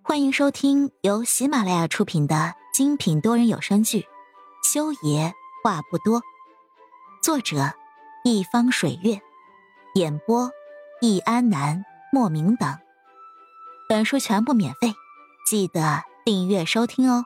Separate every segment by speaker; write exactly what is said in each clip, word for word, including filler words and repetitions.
Speaker 1: 欢迎收听由喜马拉雅出品的精品多人有声剧《修爷话不多》，作者一方水月，演播易安南、莫名等。本书全部免费，记得订阅收听哦。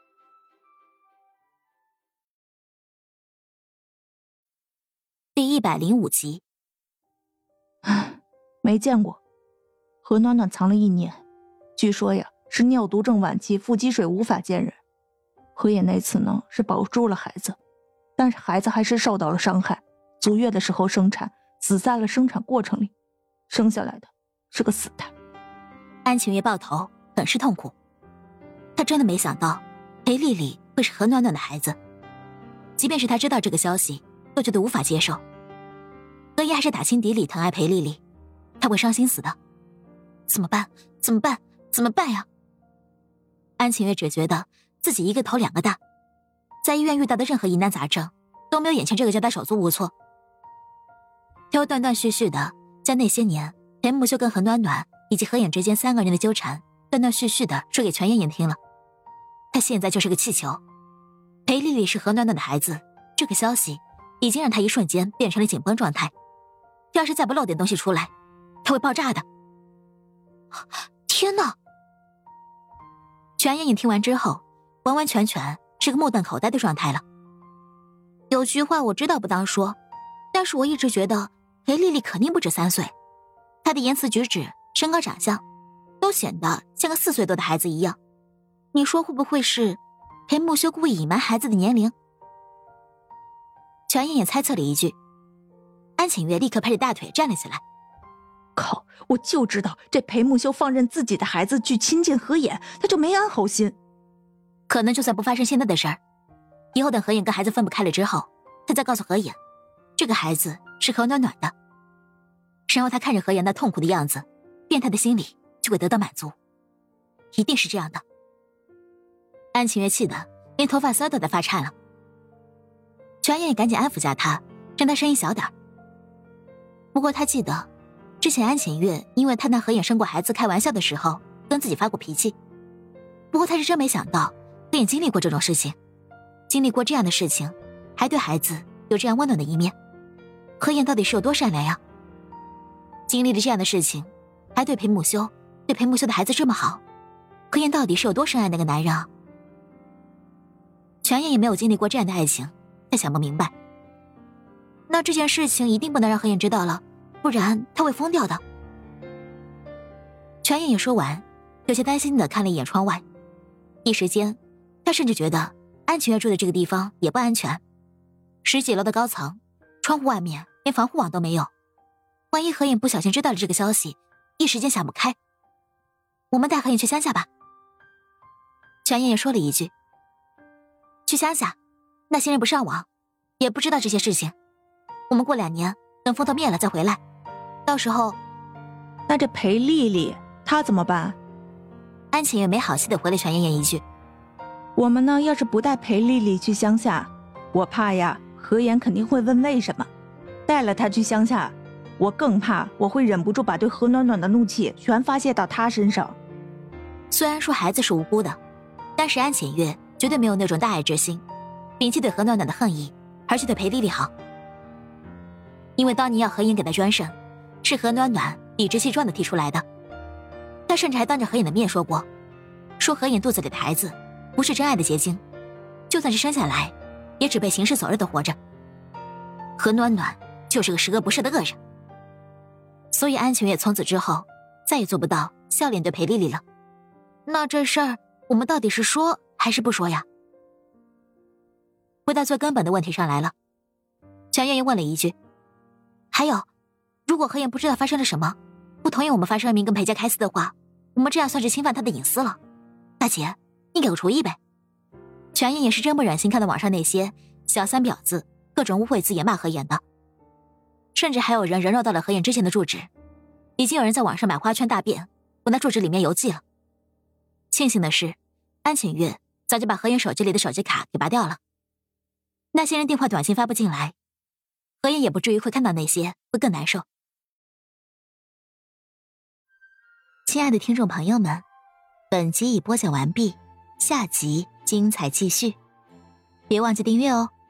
Speaker 1: 第一百零五集。
Speaker 2: 唉，没见过。何暖暖藏了一年，据说呀是尿毒症晚期，腹积水无法见人。何野那次呢是保住了孩子，但是孩子还是受到了伤害，足月的时候生产，死在了生产过程里，生下来的是个死胎。
Speaker 1: 安晴月抱头，很是痛苦。他真的没想到裴丽丽会是何暖暖的孩子，即便是他知道这个消息，都觉得无法接受。何爷还是打心底里疼爱裴丽丽，他会伤心死的。怎么办？怎么办？怎么办呀？安晴月只觉得自己一个头两个大，在医院遇到的任何疑难杂症都没有眼前这个叫他手足无措。他又断断续续的将那些年裴木修跟何暖暖以及何眼之间三个人的纠缠断断续续的说给全妍妍听了。他现在就是个气球。裴丽丽是何暖暖的孩子，这个消息已经让他一瞬间变成了紧绷状态。要是再不漏点东西出来，他会爆炸的。天哪！全妍妍听完之后，完完全全是个目瞪口呆的状态了。有句话我知道不当说，但是我一直觉得裴丽丽肯定不止三岁，她的言辞举止、身高长相，都显得像个四岁多的孩子一样。你说会不会是裴木修故意隐瞒孩子的年龄？全妍妍猜测了一句。安晴月立刻拍着大腿站了起来。
Speaker 2: 靠，我就知道这裴木修放任自己的孩子去亲近何眼，他就没安好心。
Speaker 1: 可能就算不发生现在的事儿，以后等何眼跟孩子分不开了之后，他再告诉何眼这个孩子是何暖暖的，然后他看着何眼那痛苦的样子，变态的心理就会得到满足，一定是这样的。安晴月气得连头发丝都在发颤了。全妍也赶紧安抚下他，让他声音小点。不过他记得之前安晴月因为他拿何眼生过孩子开玩笑的时候跟自己发过脾气，不过他是真没想到何眼经历过这种事情，经历过这样的事情，还对孩子有这样温暖的一面。何眼到底是有多善良呀？经历了这样的事情，还对裴木修对裴木修的孩子这么好，何眼到底是有多深爱那个男人啊？全妍也没有经历过这样的爱情，他想不明白。那这件事情一定不能让何眼知道了，不然他会疯掉的。全妍也说完，有些担心地看了一眼窗外，一时间他甚至觉得安晴月住的这个地方也不安全。十几楼的高层，窗户外面连防护网都没有，万一何眼不小心知道了这个消息，一时间想不开。我们带何眼去乡下吧。全妍也说了一句。去乡下，那些人不上网，也不知道这些事情。我们过两年等风头灭了再回来，到时候……
Speaker 2: 那这裴丽丽她怎么办？
Speaker 1: 安晴月没好气地回了全妍妍一句。
Speaker 2: 我们呢，要是不带裴丽丽去乡下，我怕呀何言肯定会问为什么。带了她去乡下，我更怕我会忍不住把对何暖暖的怒气全发泄到她身上。
Speaker 1: 虽然说孩子是无辜的，但是安晴月绝对没有那种大爱之心，摒弃对何暖暖的恨意，而去对裴丽丽好。因为当年要何眼给他专胜，是何暖暖理直气壮地提出来的。他甚至还当着何眼的面说过，说何眼肚子里的孩子不是真爱的结晶，就算是生下来，也只配行尸走肉的活着。何暖暖就是个十恶不赦的恶人。所以安晴月从此之后再也做不到笑脸对裴丽丽了。那这事儿我们到底是说还是不说呀？回到最根本的问题上来了。全妍妍问了一句，还有，如果何眼不知道发生了什么，不同意我们发声明跟裴家开撕的话，我们这样算是侵犯他的隐私了。大姐，你给个主意呗。全妍也是真不忍心看到网上那些小三婊子各种污秽字眼骂何眼的，甚至还有人人肉到了何眼之前的住址，已经有人在网上买花圈大便往那住址里面邮寄了。庆幸的是，安晴月早就把何眼手机里的手机卡给拔掉了，那些人电话短信发不进来，何眼也不至于会看到那些，会更难受。亲爱的听众朋友们， 本集已播讲完毕，下集精彩继续，别忘记订阅哦。